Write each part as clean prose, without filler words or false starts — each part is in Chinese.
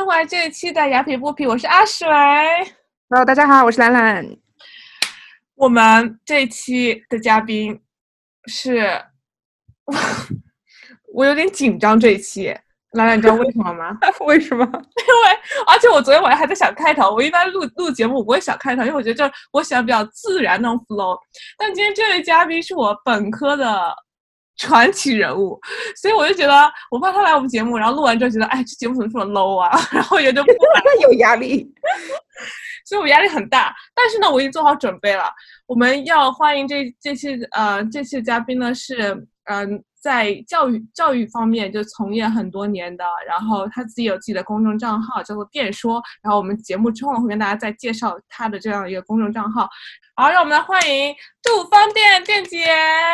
迎回来这一期的雅痞不痞，我是阿水。 Hello，大家好，我是兰兰。 我们这一期的嘉宾是，我有点紧张这一期。兰兰，你知道为什么吗？ 为什么？ 而且我昨天晚上还在想开头，我一般录节目我不会想开头，因为我觉得这我喜欢比较自然那种 flow。但今天这位嘉宾是我本科的传奇人物，所以我就觉得我怕他来我们节目，然后录完之后觉得，哎，这节目怎么这么 low 啊？然后也就不来， 有压力， 所以我压力很大。但是呢，我已经做好准备了。我们要欢迎这期的嘉宾呢是在教育方面就从业很多年的，然后他自己有自己的公众账号叫做电说，然后我们节目之后会跟大家再介绍他的这样一个公众账号。好，让我们来欢迎杜芳店姐。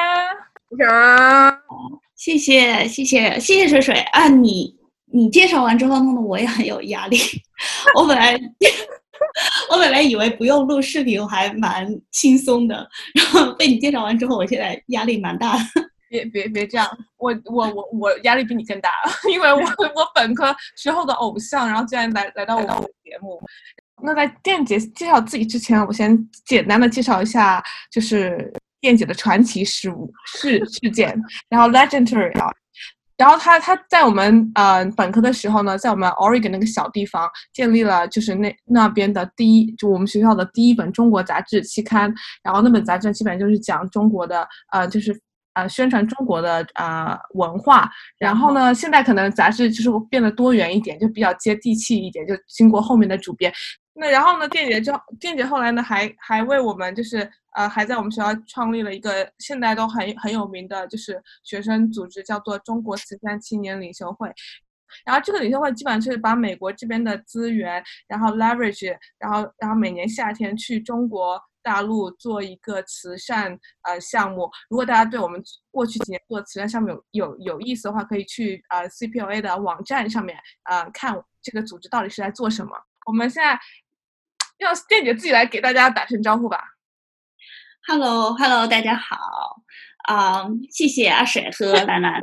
谢谢水水啊！你介绍完之后弄得我也很有压力。我本来以为不用录视频我还蛮轻松的，然后被你介绍完之后，我现在压力蛮大的。 别这样，我压力比你更大，因为我本科时候的偶像，然后竟然来到我们的节目。那在店姐介绍自己之前，我先简单的介绍一下，就是店姐的传奇事件，然后 legendary 啊。然后他在我们本科的时候呢，在我们 Oregon 那个小地方建立了就是那边的就我们学校的第一本中国杂志期刊，然后那本杂志基本上就是讲中国的就是宣传中国的文化。然后呢，现在可能杂志就是变得多元一点，就比较接地气一点，就经过后面的主编。那然后呢，店姐后来呢还为我们就是还在我们学校创立了一个现在都很有名的就是学生组织，叫做中国慈善青年领袖会。然后这个领袖会基本上是把美国这边的资源，然后 leverage， 然后每年夏天去中国大陆做一个慈善项目。如果大家对我们过去几年做慈善项目有意思的话，可以去CPOA 的网站上面看这个组织到底是在做什么。我们现在让店姐自己来给大家打声招呼吧。 Hello， 大家好，谢谢阿水和兰兰。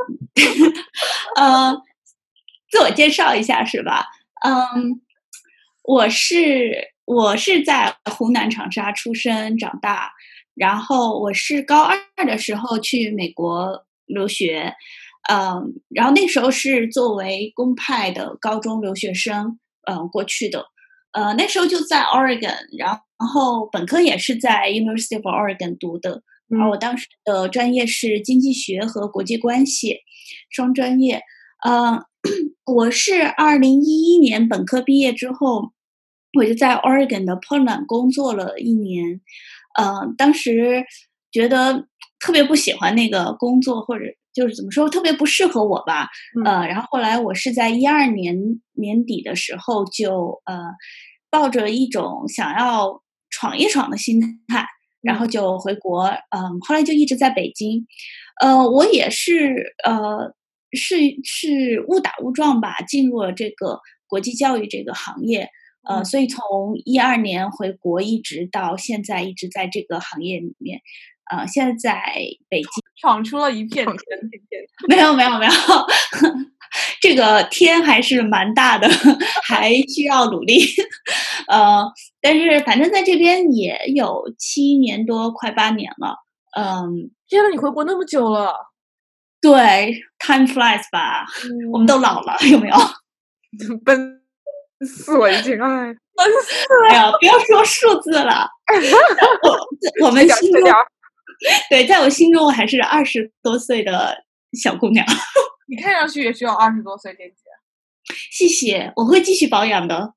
自我介绍一下是吧？我是在湖南长沙出生长大，然后我是高2的时候去美国留学，然后那时候是作为公派的高中留学生，过去的。那时候就在 Oregon， 然后本科也是在 University of Oregon 读的，然后我当时的专业是经济学和国际关系双专业。我是2011年本科毕业之后，我就在 Oregon 的 Portland 工作了1年，当时觉得特别不喜欢那个工作，或者就是怎么说特别不适合我吧。然后后来我是在2012年年底的时候就抱着一种想要闯一闯的心态，然后就回国。后来就一直在北京。我也是是误打误撞吧，进入了这个国际教育这个行业。所以从2012年回国一直到现在，一直在这个行业里面。现在在北京闯出了一片天。 没有，这个天还是蛮大的，还需要努力。但是反正在这边也有7年多，快8年了。 天哪，你回国那么久了？ 对 ，time flies 吧，我们都老了，有没有？ 奔死我已经，哎， 奔死了！ 哎呀，不要说数字了。我们心中，对，在我心中我还是20多岁的小姑娘。 你看上去也只有20多岁，店姐。 谢谢，我会继续保养的。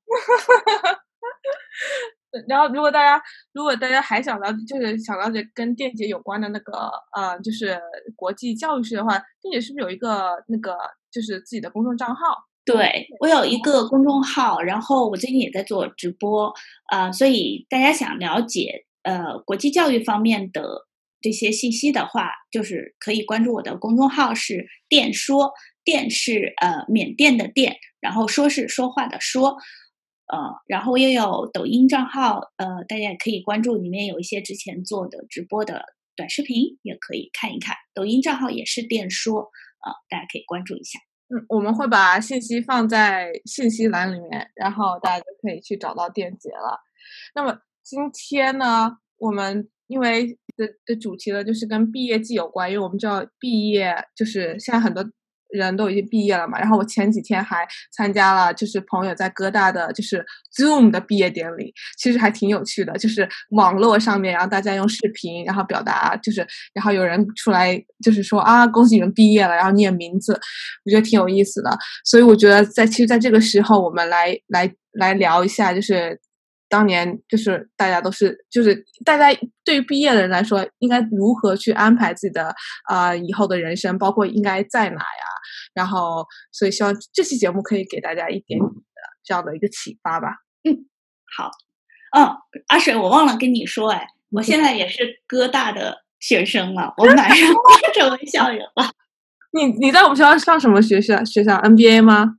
然后，如果大家还想了解，就是想了解跟店姐有关的那个就是国际教育事的话，店姐是不是有一个那个就是自己的公众账号？ 对，我有一个公众号，然后我最近也在做直播，所以大家想了解国际教育方面的这些信息的话，就是可以关注我的公众号，是电说，电是缅甸的电，然后说是说话的说。然后我也有抖音账号，大家也可以关注，里面有一些之前做的直播的短视频，也可以看一看。抖音账号也是电说，大家可以关注一下。 我们会把信息放在信息栏里面，然后大家就可以去找到电解了。那么今天呢，我们因为的主题呢，就是跟毕业季有关，因为我们知道毕业就是现在很多人都已经毕业了嘛。然后我前几天还参加了，就是朋友在哥大的就是 Zoom 的毕业典礼，其实还挺有趣的，就是网络上面，然后大家用视频，然后表达，就是然后有人出来就是说啊，恭喜你们毕业了，然后念名字，我觉得挺有意思的。所以我觉得其实在这个时候，我们来聊一下，就是当年就是大家都是就是大家对于毕业的人来说，应该如何去安排自己的以后的人生，包括应该在哪呀？然后，所以希望这期节目可以给大家一点点的这样的一个启发吧。 好。阿水，我忘了跟你说，我现在也是哥大的学生了，我马上要成为校友了。 你在我们学校上什么学校？MBA 吗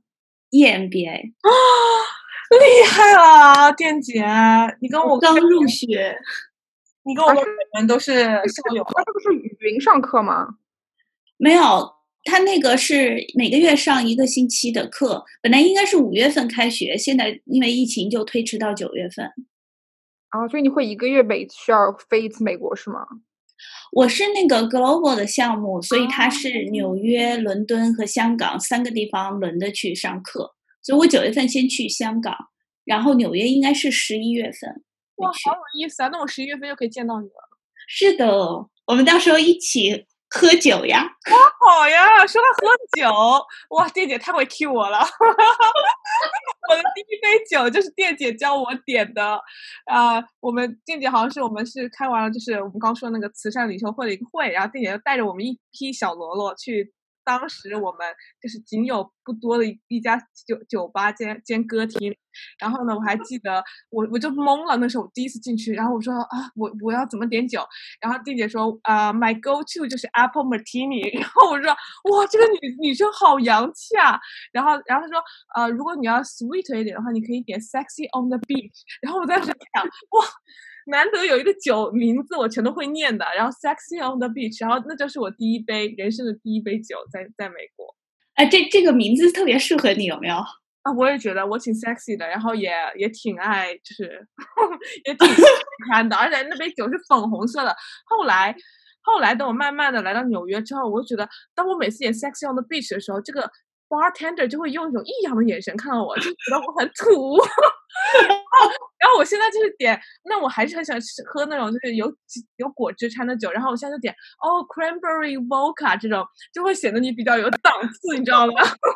？EMBA。 厉害了，电姐！你跟我刚入学， 你跟我们都是校友。 他这不是语音上课吗？ 没有，他那个是每个月上1个星期的课，本来应该是5月份开学，现在因为疫情就推迟到9月份。 所以你会1个月需要飞一次美国是吗？ 我是那个 Global 的项目，所以它是纽约、伦敦和香港3个地方轮着去上课。所以我9月份先去香港，然后纽约应该是11月份。 哇，好有意思啊！那我11月份就可以见到你了。 是的，我们到时候一起喝酒呀。 哇，好呀！说到喝酒，哇，电姐太会 cue 我了。我的第一杯酒就是电姐教我点的。我们电姐好像是我们是开完了，就是我们刚说那个慈善领袖会的一个会，然后电姐就带着我们一批小喽啰去。当时我们就是仅有不多的一家酒吧兼歌厅，然后呢，我还记得我就懵了，那时候我第一次进去，然后我说我要怎么点酒，然后店姐说my go to 就是 apple martini， 然后我说哇，这个女生好洋气啊，然后她说如果你要 sweet 一点的话，你可以点 sexy on the beach， 然后我当时想哇。难得有一个酒名字我全都会念的，然后 Sexy on the Beach， 然后那就是我人生的第一杯酒，在美国。 这个名字特别适合你，有没有？ 我也觉得我挺 sexy 的，然后也挺爱，就是也挺看的，而且那杯酒是粉红色的。后来等我慢慢的来到纽约之后，我就觉得，当我每次点 Sexy on the Beach 的时候，这个 bartender 就会用一种异样的眼神看到我，就觉得我很土。然后我现在就是点，那我还是很喜欢喝那种就是有果汁掺的酒，然后我现在就点cranberry vodka 这种，就会显得你比较有档次，你知道吗？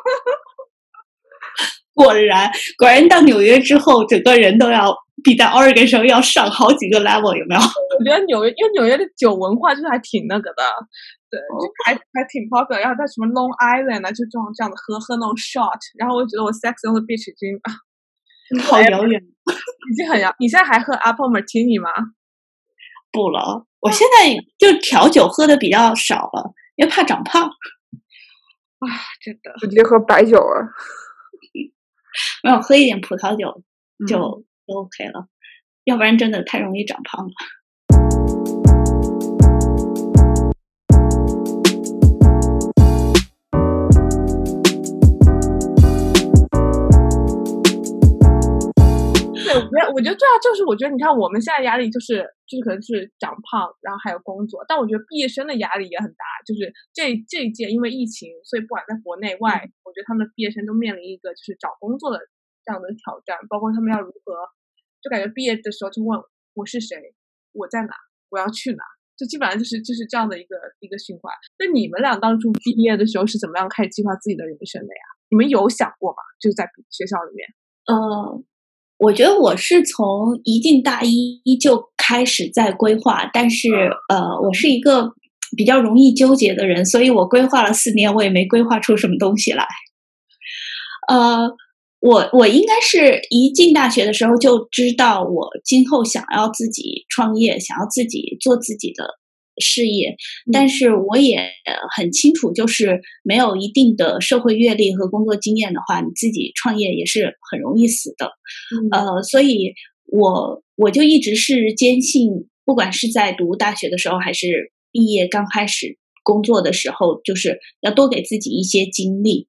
果然到纽约之后，整个人都要比在 Oregon 时候要上好几个 level， 有没有？ 我觉得因为纽约的酒文化就是还挺那个的，对，就还挺 popular。然后在什么 Long Island 就这样的喝那种 shot， 然后我觉得我 Sex on the Beach 已经好遥远， 已经很遥。你现在还喝 Apple Martini 吗？ 不了，我现在就调酒喝的比较少了，因为怕长胖。 真的， 直接喝白酒了。 没有，喝一点葡萄酒就 OK 了，要不然真的太容易长胖了。 我觉得对啊，就是我觉得你看我们现在压力就是可能是长胖，然后还有工作，但我觉得毕业生的压力也很大，就是这一届因为疫情，所以不管在国内外，我觉得他们的毕业生都面临一个就是找工作的这样的挑战，包括他们要如何，就感觉毕业的时候就问我是谁，我在哪，我要去哪，就基本上就是这样的一个循环。那你们俩当初毕业的时候是怎么样开始计划自己的人生的呀？你们有想过吗？就是在学校里面？ 我觉得我是从一进大一就开始在规划，但是我是一个比较容易纠结的人，所以我规划了4年，我也没规划出什么东西来。我应该是一进大学的时候就知道我今后想要自己创业，想要自己做自己的事业，但是我也很清楚，就是没有一定的社会阅历和工作经验的话，你自己创业也是很容易死的。所以我就一直是坚信，不管是在读大学的时候，还是毕业刚开始工作的时候，就是要多给自己一些经历，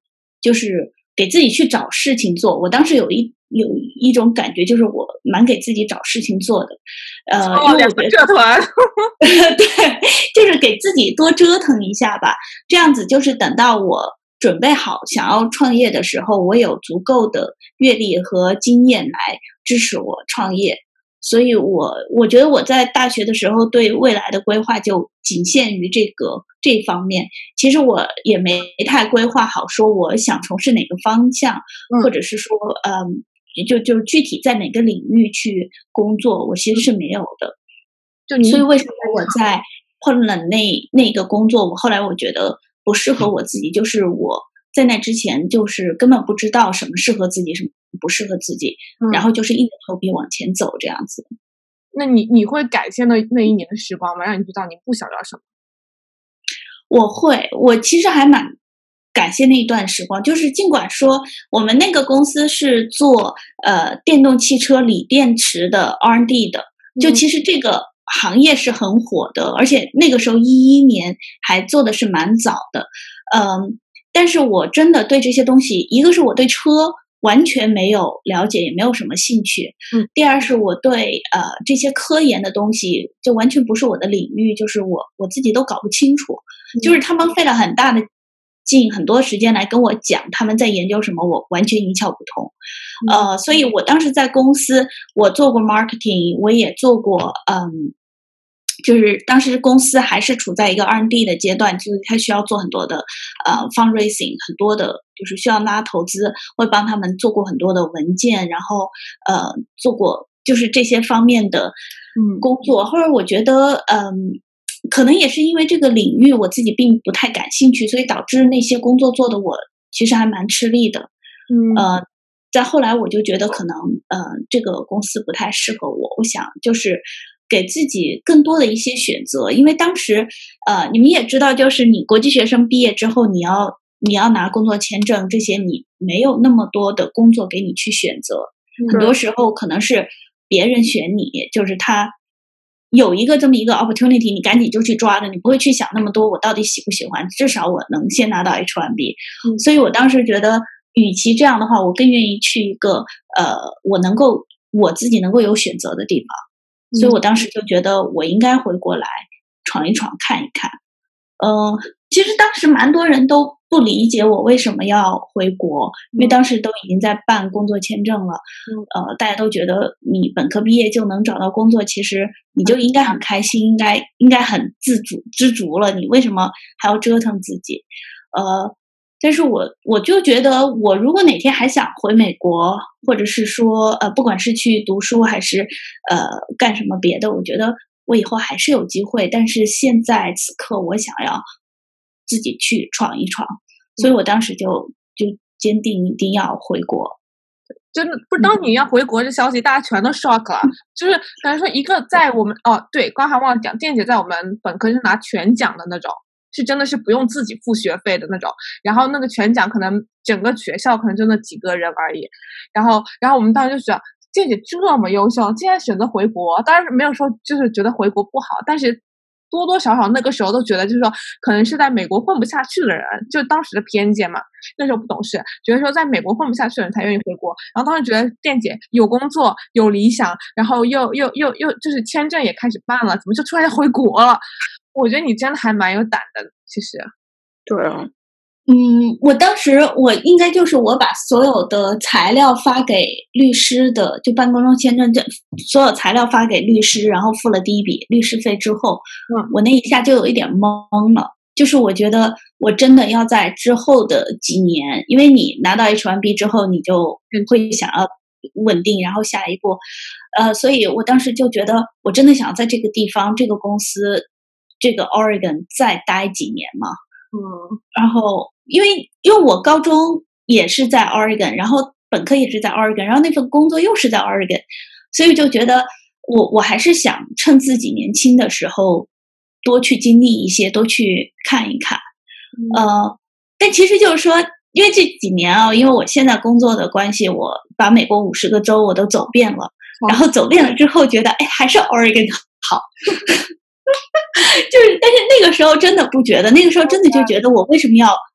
就是给自己去找事情做。我当时有一种感觉，就是我蛮给自己找事情做的，因为我觉得社团， 对，就是给自己多折腾一下吧。这样子就是等到我准备好想要创业的时候，我有足够的阅历和经验来支持我创业。所以我觉得我在大学的时候对未来的规划就仅限于这方面。其实我也没太规划好，说我想从事哪个方向，或者是说就具体在哪个领域去工作，我其实是没有的。所以为什么我在碰了那个工作，后来我觉得不适合我自己，就是我在那之前就是根本不知道什么适合自己，什么不适合自己，然后就是硬着头皮往前走这样子。 那你会感谢那一年的时光吗？让你知道你不想要什么？ 我会，我其实还蛮感谢那一段时光，就是尽管说我们那个公司是做电动汽车锂电池的 R&D 的，就其实这个行业是很火的，而且那个时候2011年还做的是蛮早的，但是我真的对这些东西，一个是我对车完全没有了解，也没有什么兴趣。第二是我对这些科研的东西就完全不是我的领域，就是我自己都搞不清楚。就是他们费了很大的劲，很多时间来跟我讲他们在研究什么，我完全一窍不通。所以我当时在公司，我做过 marketing， 我也做过就是当时公司还是处在一个 R&D 的阶段，就是它需要做很多的fundraising， 很多的就是需要拉投资，会帮他们做过很多的文件，然后做过就是这些方面的工作。后来我觉得可能也是因为这个领域我自己并不太感兴趣，所以导致那些工作做的我其实还蛮吃力的。再后来我就觉得可能这个公司不太适合我，我想就是给自己更多的一些选择，因为当时你们也知道，就是你国际学生毕业之后，你要拿工作签证，这些你没有那么多的工作给你去选择，很多时候可能是别人选你，就是他有这么一个 opportunity， 你赶紧就去抓的，你不会去想那么多，我到底喜不喜欢，至少我能先拿到 H1B。所以我当时觉得，与其这样的话，我更愿意去一个我自己能够有选择的地方。所以我当时就觉得我应该回国来闯一闯看一看。其实当时蛮多人都不理解我为什么要回国，因为当时都已经在办工作签证了。大家都觉得你本科毕业就能找到工作，其实你就应该很开心，应该很知足了，你为什么还要折腾自己？但是我就觉得，我如果哪天还想回美国，或者是说不管是去读书还是干什么别的，我觉得我以后还是有机会。但是现在此刻，我想要自己去闯一闯，所以我当时就坚定一定要回国。 真的不，当你要回国这消息，大家全都 shock 了。就是等于说，一个在我们对，刚才忘了讲，电姐在我们本科是拿全奖的那种。是真的是不用自己付学费的那种，然后那个全奖可能整个学校可能就那几个人而已，然后我们当时就觉得健姐这么优秀，竟然选择回国，当然没有说就是觉得回国不好，但是多多少少那个时候都觉得就是说可能是在美国混不下去的人，就当时的偏见嘛，那时候不懂事，觉得说在美国混不下去的人才愿意回国，然后当时觉得健姐有工作有理想，然后又就是签证也开始办了，怎么就突然回国了？我觉得你真的还蛮有胆的，其实。 对啊。 我当时我应该就是我把所有的材料发给律师的，就办公证签证所有材料发给律师，然后付了第一笔律师费之后，我那一下就有一点懵了。就是我觉得我真的要在之后的几年，因为你拿到 H1B 之后，你就会想要稳定，然后下一步，所以我当时就觉得我真的想在这个地方、这个公司、这个 Oregon 再待几年嘛。然后因为我高中也是在 Oregon， 然后本科也是在 Oregon， 然后那份工作又是在 Oregon， 所以就觉得我还是想趁自己年轻的时候多去经历一些，多去看一看。但其实就是说，因为这几年因为我现在工作的关系，我把美国50个州我都走遍了，然后走遍了之后觉得还是 Oregon 好。就是但是那个时候真的不觉得，那个时候真的就觉得我为什么要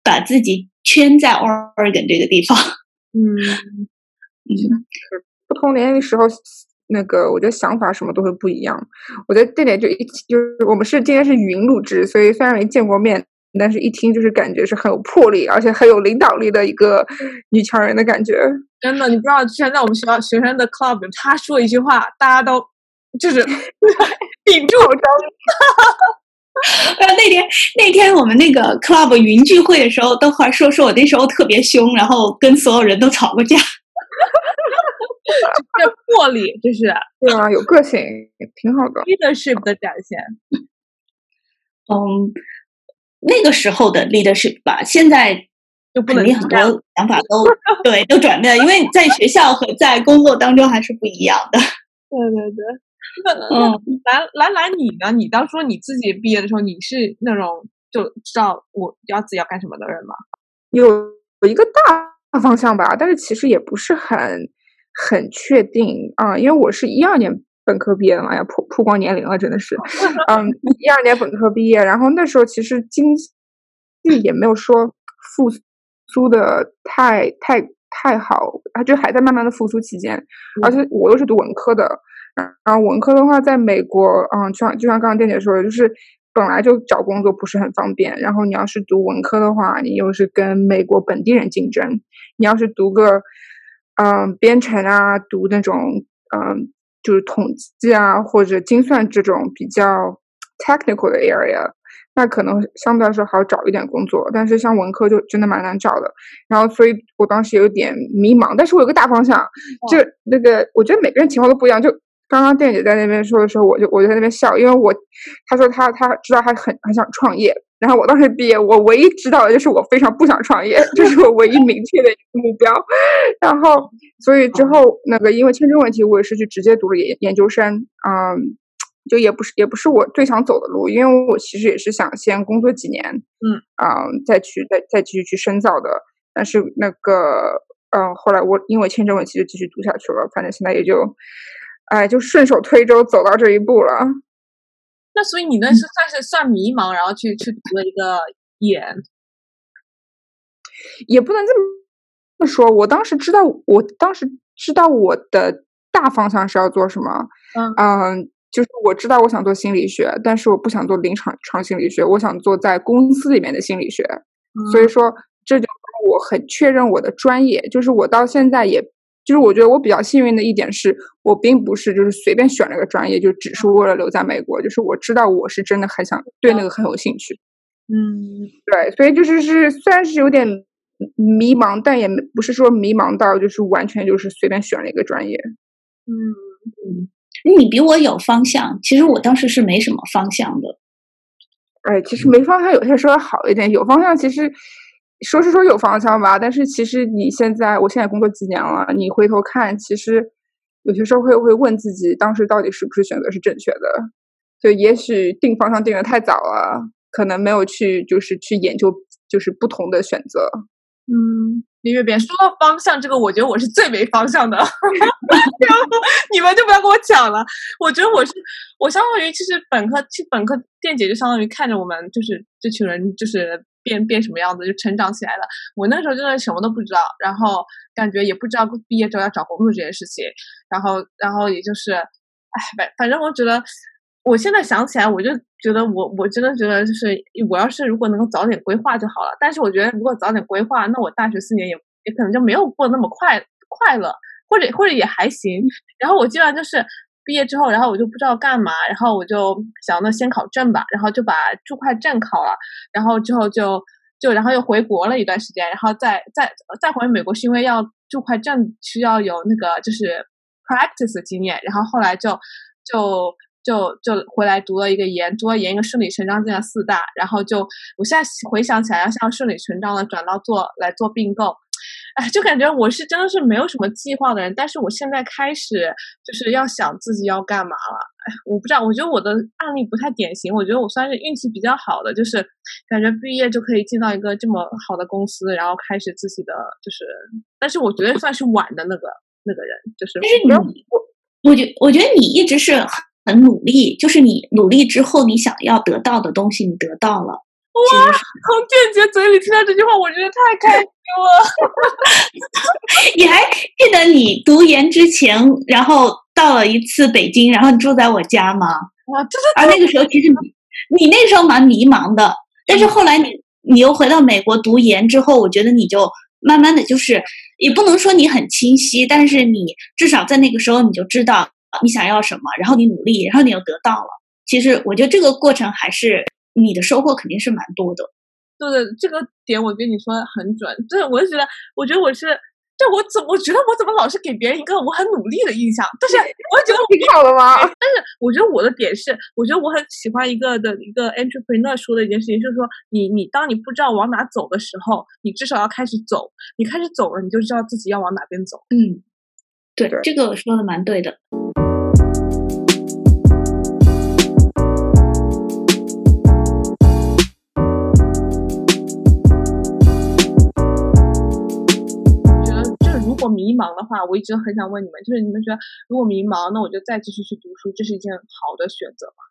把自己圈在 Oregon 这个地方。 不同年龄时候，那个我觉得想法什么都会不一样。我觉得这点就是我们今天是语音录制，所以虽然没见过面，但是一听就是感觉是很有魄力，而且很有领导力的一个女强人的感觉。 真的，你不知道之前在我们学校学生的 club， 她说一句话，大家都就是屏住。 那天我们那个 club 云聚会的时候，都还说我那时候特别凶，然后跟所有人都吵过架。 这魄力，就是对啊，有个性，挺好的 leadership 的展现。 那个时候的 leadership 吧，现在就不能很多想法都转变，因为在学校和在工作当中还是不一样的。 对。兰，你呢？你当初你自己毕业的时候，你是那种就知道我自己要干什么的人吗？ 有一个大方向吧，但是其实也不是很确定啊，因为我是12年本科毕业的嘛，呀，曝光年龄了，真的是，12年本科毕业，然后那时候其实经济也没有说复苏的太好，就还在慢慢的复苏期间，而且我又是读文科的。然后文科的话，在美国，就像刚刚店姐说的，就是本来就找工作不是很方便。然后你要是读文科的话，你又是跟美国本地人竞争。你要是读个编程啊，读那种就是统计啊或者精算这种比较 technical 的 area， 那可能相对来说好找一点工作。但是像文科就真的蛮难找的。然后所以我当时有点迷茫，但是我有个大方向，我觉得每个人情况都不一样。就刚刚店姐在那边说的时候，我就在那边笑，因为他说他知道他很想创业，然后我当时毕业，我唯一知道的就是我非常不想创业，这是我唯一明确的一个目标。然后所以之后因为签证问题，我也是去直接读了研究生，就也不是我最想走的路，因为我其实也是想先工作几年，再继续去深造的。但是后来我因为签证问题就继续读下去了，反正现在也就顺手推舟走到这一步了。 那所以你那是算迷茫，然后去读了一个研， 也不能这么说。我当时知道我的大方向是要做什么，就是我知道我想做心理学，但是我不想做临床心理学，我想做在公司里面的心理学。所以说，这就我很确认我的专业，就是我到现在就是我觉得我比较幸运的一点是，我并不是就是随便选了个专业，就只是为了留在美国，就是我知道我是真的很想对那个很有兴趣。对，所以就是虽然是有点迷茫，但也不是说迷茫到就是完全就是随便选了一个专业。 你比我有方向，其实我当时是没什么方向的。 其实没方向有些时候好一点，有方向其实说有方向吧，但是其实我现在工作几年了，你回头看，其实有些时候会问自己，当时到底是不是选择是正确的？就也许定方向定得太早了，可能没有去研究就是不同的选择。 别说到方向这个，我觉得我是最没方向的，你们就不要跟我讲了。我觉得我相当于其实本科店姐就相当于看着我们就是这群人就是变什么样子就成长起来了。我那时候真的什么都不知道，然后感觉也不知道毕业之后要找工作这件事情，然后也就是反正我觉得我现在想起来，我就觉得我真的觉得就是我要是如果能够早点规划就好了。但是我觉得如果早点规划，那我大学4年也可能就没有过那么快乐，或者也还行。然后我基本上就是毕业之后，然后我就不知道干嘛，然后我就想那先考证吧，然后就把注会证考了，然后之后然后又回国了一段时间，然后再回美国，是因为要注会证需要有那个就是 practice 的经验，然后后来就回来读了一个研，一个顺理成章进了4大，然后我现在回想起来，要像顺理成章的转到来做并购，就感觉我是真的是没有什么计划的人，但是我现在开始就是要想自己要干嘛了。我不知道，我觉得我的案例不太典型，我觉得我算是运气比较好的，就是感觉毕业就可以进到一个这么好的公司，然后开始自己的就是，但是我觉得算是晚的那个人，就是。 但是我觉得你一直是很努力，就是你努力之后，你想要得到的东西你得到了， 哇，从健姐嘴里听到这句话，我觉得太开心了。 你还记得你读研之前，然后到了一次北京，然后你住在我家吗？ 哇， 而那个时候其实你那个时候蛮迷茫的，但是后来你又回到美国读研之后，我觉得你就慢慢的就是也不能说你很清晰，但是你至少在那个时候你就知道你想要什么，然后你努力，然后你又得到了。其实我觉得这个过程还是你的收获肯定是蛮多的。 对的，这个点我跟你说很准。对，我就觉得，我觉得我是，对我觉得我怎么老是给别人一个我很努力的印象，但是我觉得我挺好的吗？ 但是我觉得我的点是，我觉得我很喜欢一个 entrepreneur 说的一件事情，就是说你当你不知道往哪走的时候，你至少要开始走，你开始走了，你就知道自己要往哪边走。 对，这个说的蛮对的。 如果迷茫的话，我一直很想问你们，就是你们觉得如果迷茫，那我就再继续去读书，这是一件好的选择吗？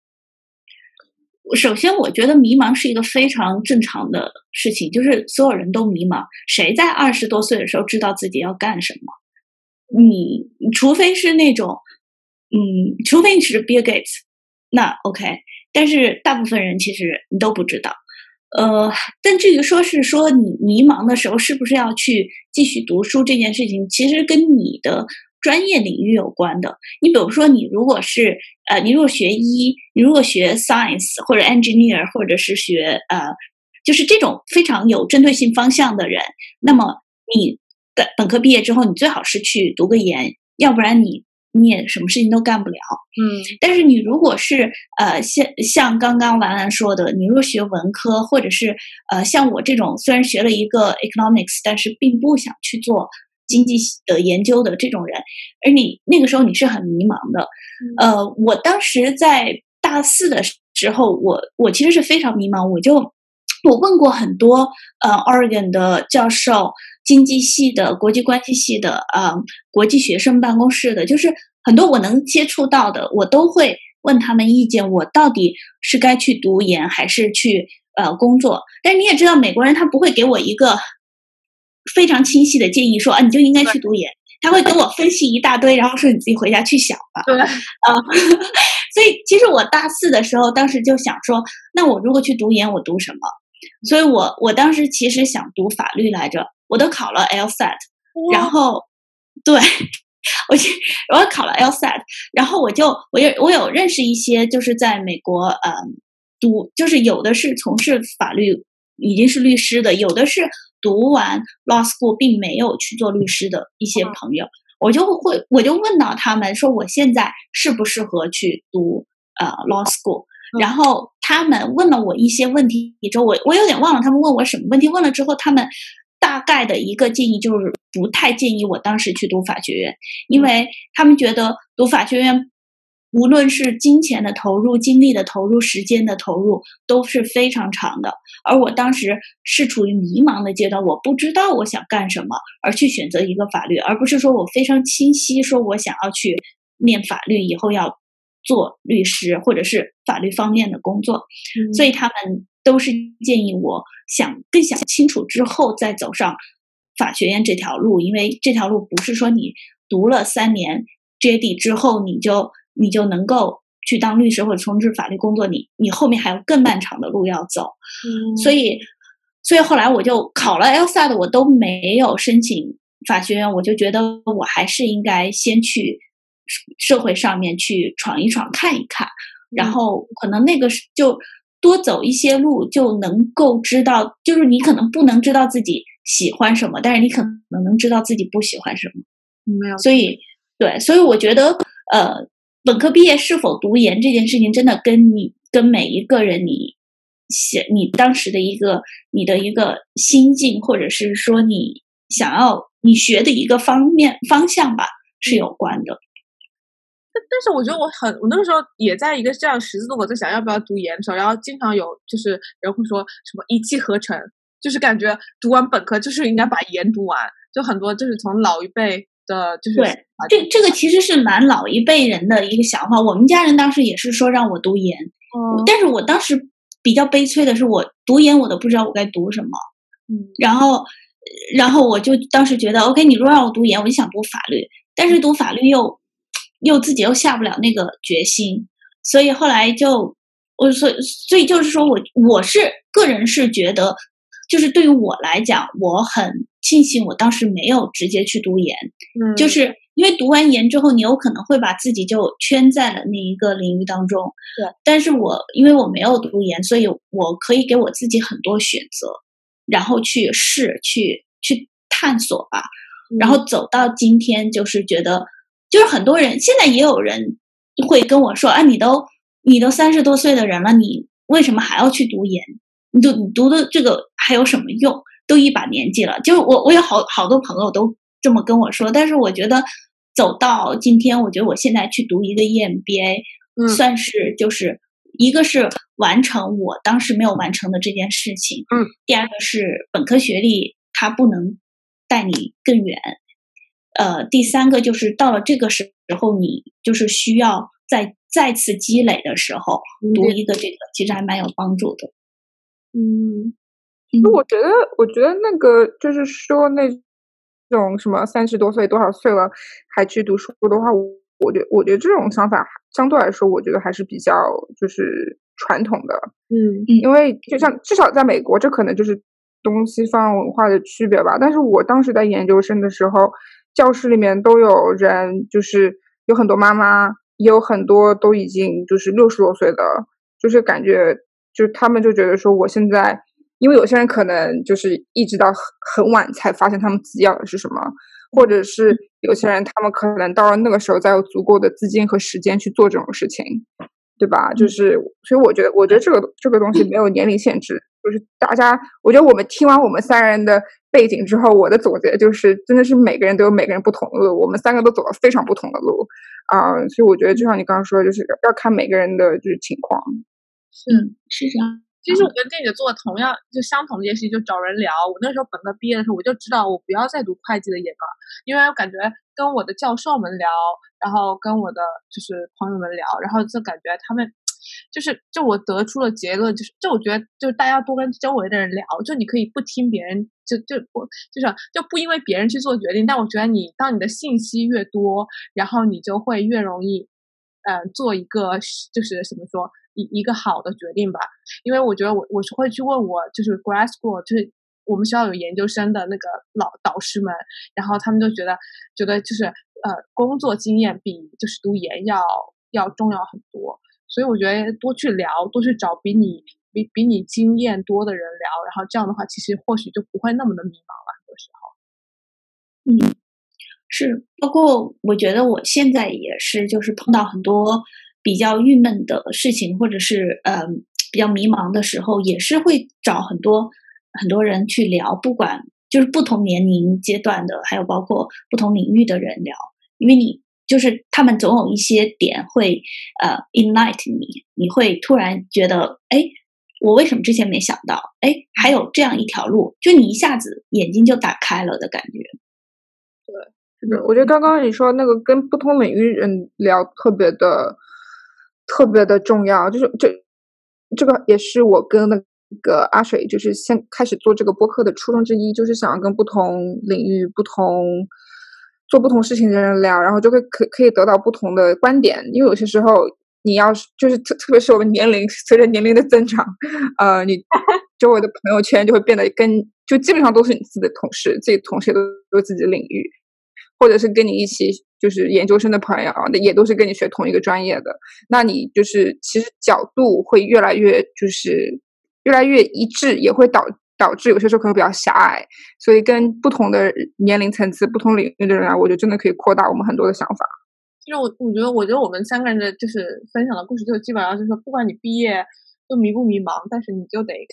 首先，我觉得迷茫是一个非常正常的事情，就是所有人都迷茫。谁在20多岁的时候知道自己要干什么？你除非是那种，除非你是 Bill Gates， 那 OK。但是大部分人其实你都不知道。但至于说你迷茫的时候是不是要去继续读书这件事情，其实跟你的专业领域有关的。你比如说，你如果学医，你如果学 science 或者 engineer， 或者是学就是这种非常有针对性方向的人，那么你本科毕业之后，你最好是去读个研，要不然你也什么事情都干不了。但是你如果是像刚刚兰兰说的，你如果学文科，或者是像我这种虽然学了一个 economics， 但是并不想去做经济的研究的这种人，而你那个时候你是很迷茫的。我当时在大4的时候，我其实是非常迷茫，我问过很多Oregon 的教授，经济系的、国际关系系的、国际学生办公室的，就是很多我能接触到的，我都会问他们意见，我到底是该去读研还是去工作。但是你也知道，美国人他不会给我一个非常清晰的建议，说你就应该去读研，他会跟我分析一大堆，然后说你自己回家去想吧。 对， 所以其实我大4的时候，当时就想说，那我如果去读研，我读什么？所以我当时其实想读法律来着，我都考了 LSAT， 然后对我考了 LSAT， 然后我有认识一些就是在美国读，就是有的是从事法律已经是律师的，有的是读完 law school 并没有去做律师的一些朋友，我就问到他们说我现在适不适合去读law school。然后他们问了我一些问题之后，我有点忘了他们问我什么问题。问了之后，他们大概的一个建议就是不太建议我当时去读法学院，因为他们觉得读法学院无论是金钱的投入、精力的投入、时间的投入都是非常长的。而我当时是处于迷茫的阶段，我不知道我想干什么，而去选择一个法律，而不是说我非常清晰说我想要去念法律，以后要做律师或者是法律方面的工作。所以他们都是建议我更想清楚之后再走上法学院这条路，因为这条路不是说你读了3年 JD 之后你就能够去当律师或者从事法律工作，你后面还有更漫长的路要走。所以后来我就考了 LSAT， 我都没有申请法学院，我就觉得我还是应该先去社会上面去闯一闯看一看，然后可能那个就多走一些路，就能够知道，就是你可能不能知道自己喜欢什么，但是你可能能知道自己不喜欢什么。 没有。 所以我觉得本科毕业是否读研这件事情，真的跟每一个人你当时的你的一个心境，或者是说你想要你学的一个方向吧是有关的。 但是我觉得我那个时候也在一个这样十字路口，在想要不要读研的时候，然后经常有就是人会说什么一气呵成，就是感觉读完本科就是应该把研读完，就很多就是从老一辈的，就是对这个其实是蛮老一辈人的一个想法。我们家人当时也是说让我读研，但是我当时比较悲催的是，我读研我都不知道我该读什么。然后我就当时觉得 ，OK， 你如果让我读研，我就想读法律，但是读法律又自己又下不了那个决心，所以后来就所以就是说我是个人是觉得，就是对于我来讲，我很庆幸我当时没有直接去读研，就是因为读完研之后，你有可能会把自己就圈在了那一个领域当中。 对， 但是因为我没有读研，所以我可以给我自己很多选择，然后去试，去探索吧。然后走到今天，就是觉得，就是很多人现在也有人会跟我说，啊，你都30多岁的人了，你为什么还要去读研？你读的这个还有什么用？都一把年纪了，就是我有好多朋友都这么跟我说，但是我觉得走到今天，我觉得我现在去读一个 EMBA，算是就是一个是完成我当时没有完成的这件事情，第二个是本科学历它不能带你更远，第三个就是到了这个时候，你就是需要再次积累的时候，读一个这个其实还蛮有帮助的。 我觉得那个就是说那种什么30多岁多少岁了还去读书的话，我觉得这种想法相对来说，我觉得还是比较就是传统的。因为就像至少在美国，这可能就是东西方文化的区别吧。但是我当时在研究生的时候，教室里面都有人，就是有很多妈妈，也有很多都已经就是60多岁的，就是感觉就是他们就觉得说我现在。因为有些人可能就是一直到很晚才发现他们自己要的是什么，或者是有些人他们可能到了那个时候才有足够的资金和时间去做这种事情，对吧？就是所以我觉得这个东西没有年龄限制，就是大家，我觉得我们听完我们3个人的背景之后，我的总结就是真的是每个人都有每个人不同的路，我们3个都走了非常不同的路所以我觉得就像你刚刚说的，就是要看每个人的就是情况。 是这样。 其实我跟店姐做的相同的一件事情，就找人聊。我那时候本科毕业的时候，我就知道我不要再读会计的研了，因为我感觉跟我的教授们聊，然后跟我的就是朋友们聊，然后就感觉他们就我得出了结论，就我觉得就是大家多跟周围的人聊，就你可以不听别人，就不因为别人去做决定，但我觉得当你的信息越多，然后你就会越容易做一个就是怎么说。一个好的决定吧，因为我觉得我是会去问我就是 grad school， 就是我们学校有研究生的那个老导师们，然后他们就觉得就是工作经验比就是读研要重要很多，所以我觉得多去聊，多去找比你经验多的人聊，然后这样的话，其实或许就不会那么的迷茫了，很多时候。 是，包括我觉得我现在也是，就是碰到很多。比较郁闷的事情，或者是比较迷茫的时候，也是会找很多人去聊，不管就是不同年龄阶段的，还有包括不同领域的人聊，因为你就是他们总有一些点会ignite你会突然觉得，哎，我为什么之前没想到？哎，还有这样一条路，就你一下子眼睛就打开了的感觉。 对，是的，我觉得刚刚你说那个跟不同领域人聊特别的重要，就是这个也是我跟那个阿水就是先开始做这个播客的初衷之一，就是想要跟不同领域做不同事情的人聊，然后就可以得到不同的观点。因为有些时候你要就是特别是我们随着年龄的增长，你周围的朋友圈就会变得就基本上都是你自己的同事，自己同事都有自己的领域，或者是跟你一起就是研究生的朋友，也都是跟你学同一个专业的，那你就是其实角度会越来越一致，也会导致有些时候可能比较狭隘，所以跟不同的年龄层次、不同领域的人我觉得真的可以扩大我们很多的想法。 就是我觉得我们3个人的就是分享的故事，就基本上就是说，不管你毕业就迷不迷茫，但是你就得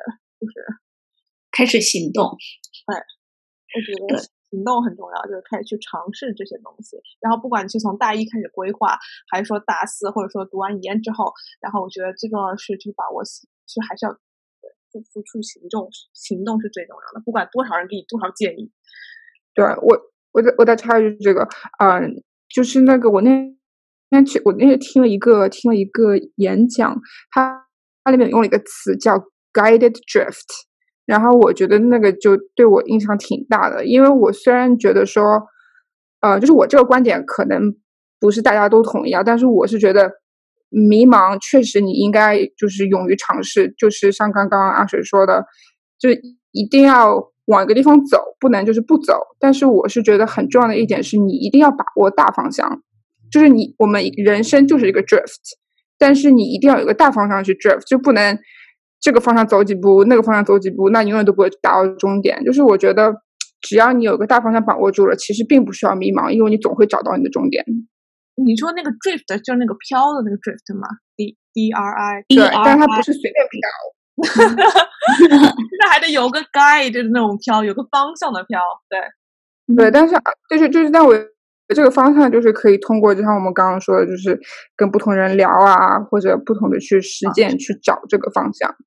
开始行动。 我觉得行动很重要，就是开始去尝试这些东西。然后不管你是从大1开始规划，还是说大4，或者说读完研之后，然后我觉得最重要的是去把握，是还是要付出行动，行动是最重要的。不管多少人给你多少建议。 对，我再插一句这个，就是那个我那天听了一个演讲，他它里面用了一个词叫 guided drift， 然后我觉得那个就对我影响挺大的，因为我虽然觉得说就是我这个观点可能不是大家都同意啊，但是我是觉得迷茫确实你应该就是勇于尝试，就是像刚刚阿水说的，就一定要往一个地方走，不能就是不走。但是我是觉得很重要的一点是你一定要把握大方向，就是我们人生就是一个 drift， 但是你一定要有一个大方向去 drift， 就不能这个方向走几步，那个方向走几步，那永远都不会达到终点。就是我觉得只要你有一个大方向把握住了，其实并不需要迷茫，因为你总会找到你的终点。 你说那个 drift 就是那个飘的那个 drift 吗？ D-R-I 对，但是它不是随便飘那还得有个 guide 的那种飘，有个方向的飘。 对，但是就是但我这个方向就是可以通过就像我们刚刚说的，就是跟不同人聊啊，或者不同的去实践去找这个方向。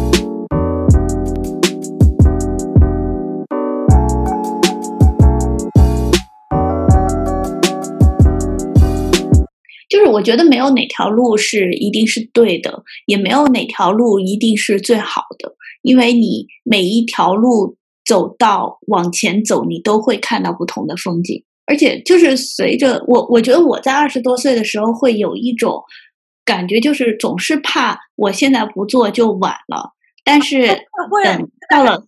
就是我觉得没有哪条路是一定是对的，也没有哪条路一定是最好的，因为你每一条路往前走，你都会看到不同的风景。而且就是随着我觉得我在20多岁的时候会有一种感觉，就是总是怕我现在不做就晚了，但是等到了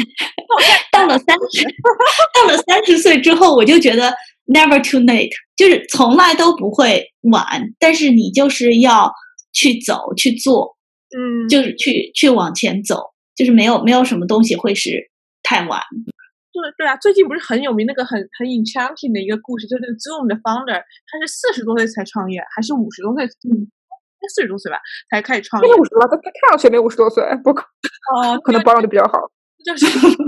30岁之后，我就觉得 never too late， 就是从来都不会晚，但是你就是要去走去做，就是去往前走，就是没有什么东西会是太晚。 对啊，最近不是很有名那个很 enchanting 的一个故事，就是那个 Zoom 的 founder， 他是40多岁才创业，还是50多岁？40多岁吧才开始创业。 50了，他看上去没50多岁，不可能保养的比较好。 就是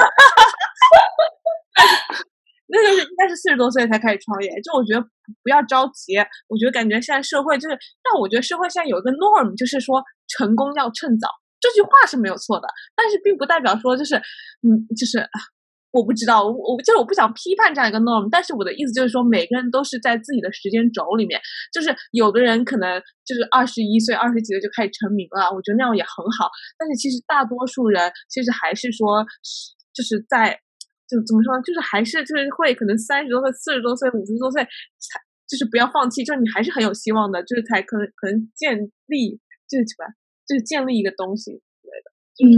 那个应该是40多岁才开始创业。就我觉得不要着急，我觉得感觉现在社会就是让我觉得社会现在有一个 norm， 就是说成功要趁早，这句话是没有错的，但是并不代表说就是我不知道，就是我不想批判这样一个 norm， 但是我的意思就是说，每个人都是在自己的时间轴里面，就是有的人可能就是21岁、20几岁就开始成名了，我觉得那样也很好。但是其实大多数人其实还是说，就是就怎么说呢？就是还是就是会可能30多岁、40多岁、50多岁才就是不要放弃，就是你还是很有希望的，就是才可能建立就是什么，就是建立一个东西之类的。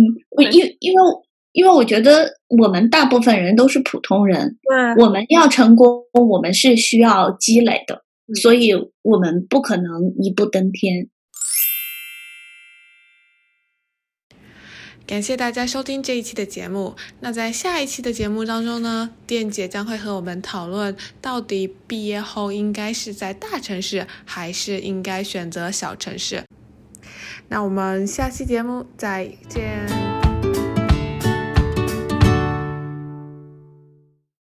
因为我觉得我们大部分人都是普通人， 对， 我们要成功，我们是需要积累的，所以我们不可能一步登天。 感谢大家收听这一期的节目。那在下一期的节目当中呢，店姐将会和我们讨论到底毕业后应该是在大城市还是应该选择小城市。那我们下期节目再见。